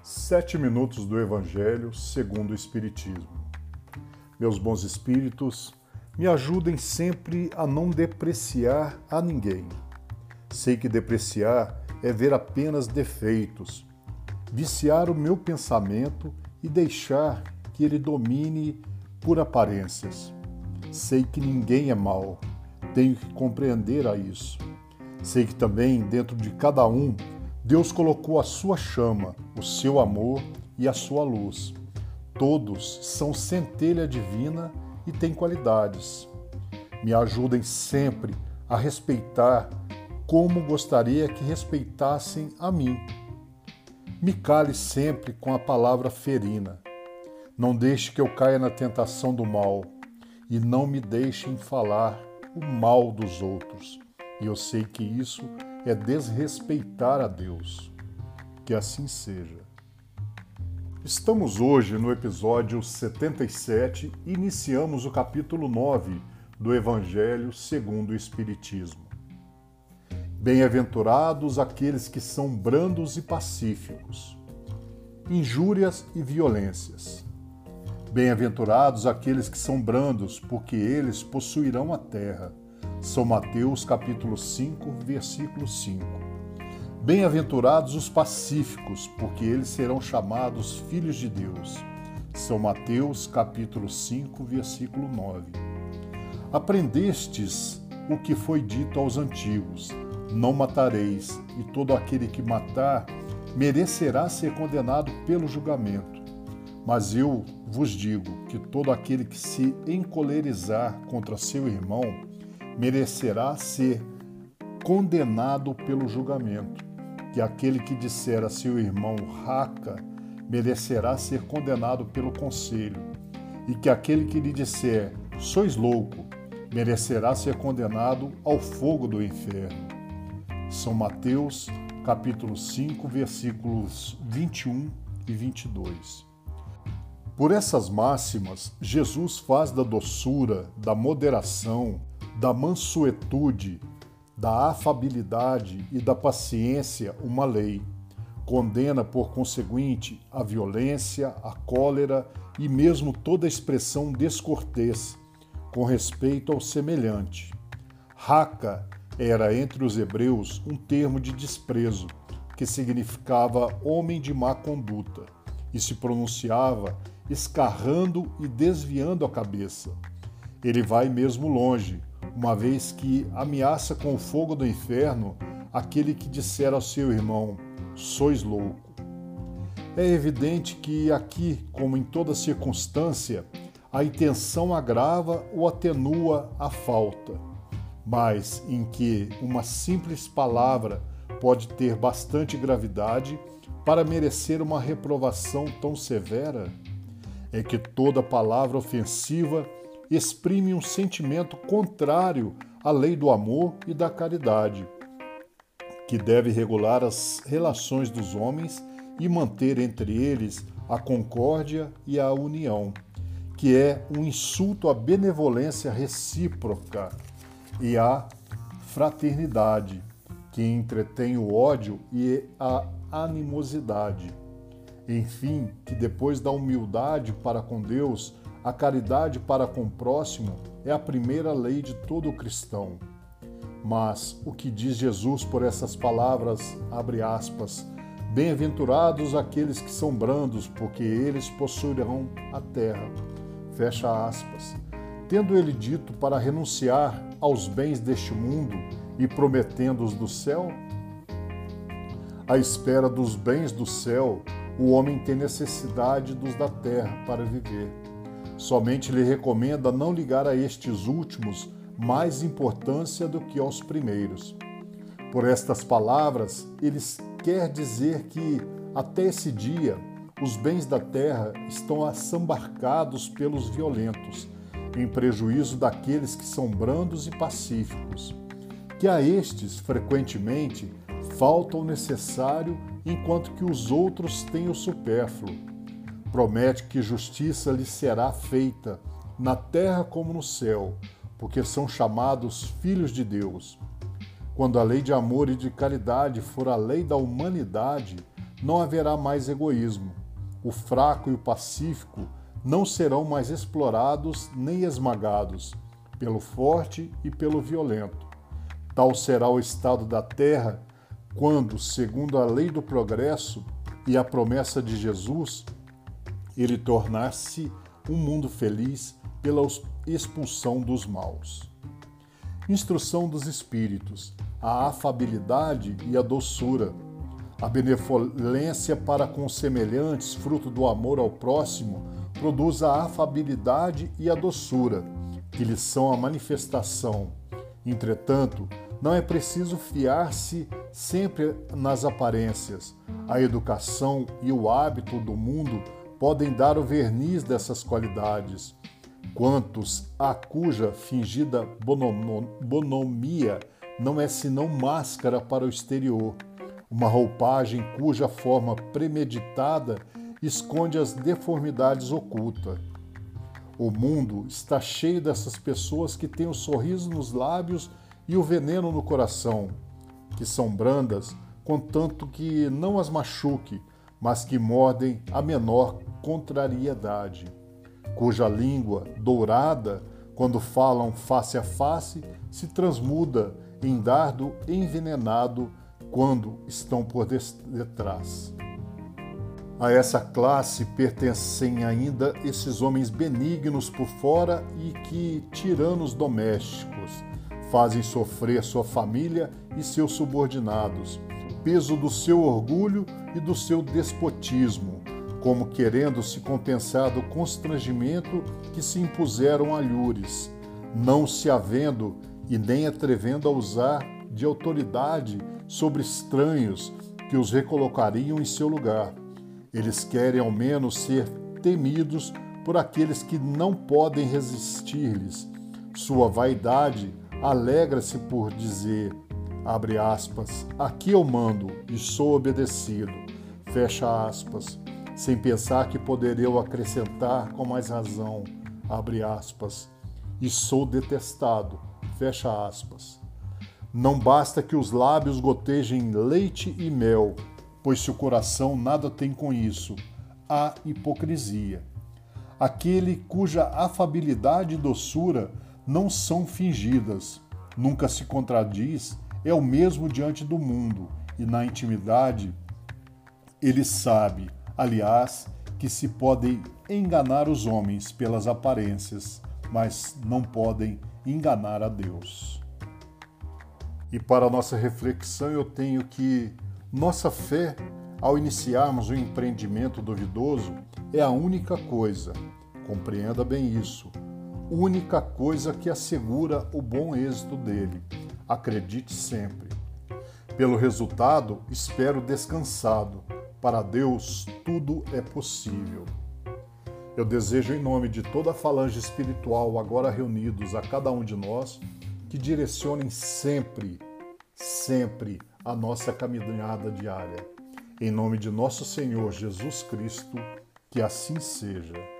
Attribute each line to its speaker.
Speaker 1: 7 minutos do Evangelho segundo o Espiritismo. Meus bons espíritos, me ajudem sempre a não depreciar a ninguém. Sei que depreciar é ver apenas defeitos, viciar o meu pensamento e deixar que ele domine por aparências. Sei que ninguém é mau, tenho que compreender a isso. Sei que também, dentro de cada um, Deus colocou a sua chama, o seu amor e a sua luz. Todos são centelha divina e têm qualidades. Me ajudem sempre a respeitar como gostaria que respeitassem a mim. Me cale sempre com a palavra ferina. Não deixe que eu caia na tentação do mal e não me deixem falar o mal dos outros. E eu sei que isso é desrespeitar a Deus. Que assim seja. Estamos hoje no episódio 77 e iniciamos o capítulo 9 do Evangelho segundo o Espiritismo. Bem-aventurados aqueles que são brandos e pacíficos. Injúrias e violências. Bem-aventurados aqueles que são brandos, porque eles possuirão a terra. São Mateus capítulo 5, versículo 5. Bem-aventurados os pacíficos, porque eles serão chamados filhos de Deus. São Mateus capítulo 5, versículo 9. Aprendestes o que foi dito aos antigos: não matareis, e todo aquele que matar merecerá ser condenado pelo julgamento. Mas eu vos digo que todo aquele que se encolerizar contra seu irmão merecerá ser condenado pelo julgamento, que aquele que disser a seu irmão raca merecerá ser condenado pelo conselho, e que aquele que lhe disser sois louco merecerá ser condenado ao fogo do inferno. São Mateus capítulo 5, versículos 21 e 22. Por essas máximas, Jesus faz da doçura, da moderação, da mansuetude, da afabilidade e da paciência uma lei. Condena, por conseguinte, a violência, a cólera e mesmo toda expressão descortês, com respeito ao semelhante. Raca era entre os hebreus um termo de desprezo, que significava homem de má conduta, e se pronunciava escarrando e desviando a cabeça. Ele vai mesmo longe, uma vez que ameaça com o fogo do inferno aquele que disser ao seu irmão, sois louco. É evidente que aqui, como em toda circunstância, a intenção agrava ou atenua a falta, mas em que uma simples palavra pode ter bastante gravidade para merecer uma reprovação tão severa, é que toda palavra ofensiva exprime um sentimento contrário à lei do amor e da caridade, que deve regular as relações dos homens e manter entre eles a concórdia e a união, que é um insulto à benevolência recíproca e à fraternidade, que entretém o ódio e a animosidade. Enfim, que depois da humildade para com Deus, a caridade para com o próximo é a primeira lei de todo cristão. Mas o que diz Jesus por essas palavras, abre aspas, bem-aventurados aqueles que são brandos, porque eles possuirão a terra, fecha aspas. Tendo ele dito para renunciar aos bens deste mundo e prometendo-os do céu? À espera dos bens do céu, o homem tem necessidade dos da terra para viver. Somente lhe recomenda não ligar a estes últimos mais importância do que aos primeiros. Por estas palavras, ele quer dizer que, até esse dia, os bens da terra estão assambarcados pelos violentos, em prejuízo daqueles que são brandos e pacíficos, que a estes, frequentemente, falta o necessário, enquanto que os outros têm o supérfluo. Promete que justiça lhes será feita, na terra como no céu, porque são chamados filhos de Deus. Quando a lei de amor e de caridade for a lei da humanidade, não haverá mais egoísmo. O fraco e o pacífico não serão mais explorados nem esmagados pelo forte e pelo violento. Tal será o estado da terra quando, segundo a lei do progresso e a promessa de Jesus, ele tornar-se um mundo feliz pela expulsão dos maus. Instrução dos espíritos, a afabilidade e a doçura, a benevolência para com os semelhantes, fruto do amor ao próximo, produz a afabilidade e a doçura, que lhes são a manifestação. Entretanto, não é preciso fiar-se sempre nas aparências. A educação e o hábito do mundo podem dar o verniz dessas qualidades. Quantos a cuja fingida bonomia não é senão máscara para o exterior, uma roupagem cuja forma premeditada esconde as deformidades ocultas. O mundo está cheio dessas pessoas que têm o sorriso nos lábios e o veneno no coração, que são brandas, contanto que não as machuque, mas que mordem a menor contrariedade, cuja língua, dourada, quando falam face a face, se transmuda em dardo envenenado quando estão por detrás. A essa classe pertencem ainda esses homens benignos por fora e que, tiranos domésticos, fazem sofrer sua família e seus subordinados, o peso do seu orgulho e do seu despotismo, como querendo se compensar do constrangimento que se impuseram alhures, não se havendo e nem atrevendo a usar de autoridade sobre estranhos que os recolocariam em seu lugar. Eles querem ao menos ser temidos por aqueles que não podem resistir-lhes. Sua vaidade alegra-se por dizer, abre aspas, aqui eu mando e sou obedecido, fecha aspas, sem pensar que poderia acrescentar com mais razão, abre aspas, e sou detestado, fecha aspas. Não basta que os lábios gotejem leite e mel, pois se o coração nada tem com isso, há hipocrisia. Aquele cuja afabilidade e doçura não são fingidas, nunca se contradiz, é o mesmo diante do mundo, e na intimidade ele sabe, aliás, que se podem enganar os homens pelas aparências, mas não podem enganar a Deus. E para a nossa reflexão eu tenho que nossa fé, ao iniciarmos um empreendimento duvidoso, é a única coisa, compreenda bem isso, única coisa que assegura o bom êxito dele. Acredite sempre. Pelo resultado, espero descansado. Para Deus, tudo é possível. Eu desejo, em nome de toda a falange espiritual agora reunidos a cada um de nós, que direcionem sempre a nossa caminhada diária. Em nome de nosso Senhor Jesus Cristo, que assim seja.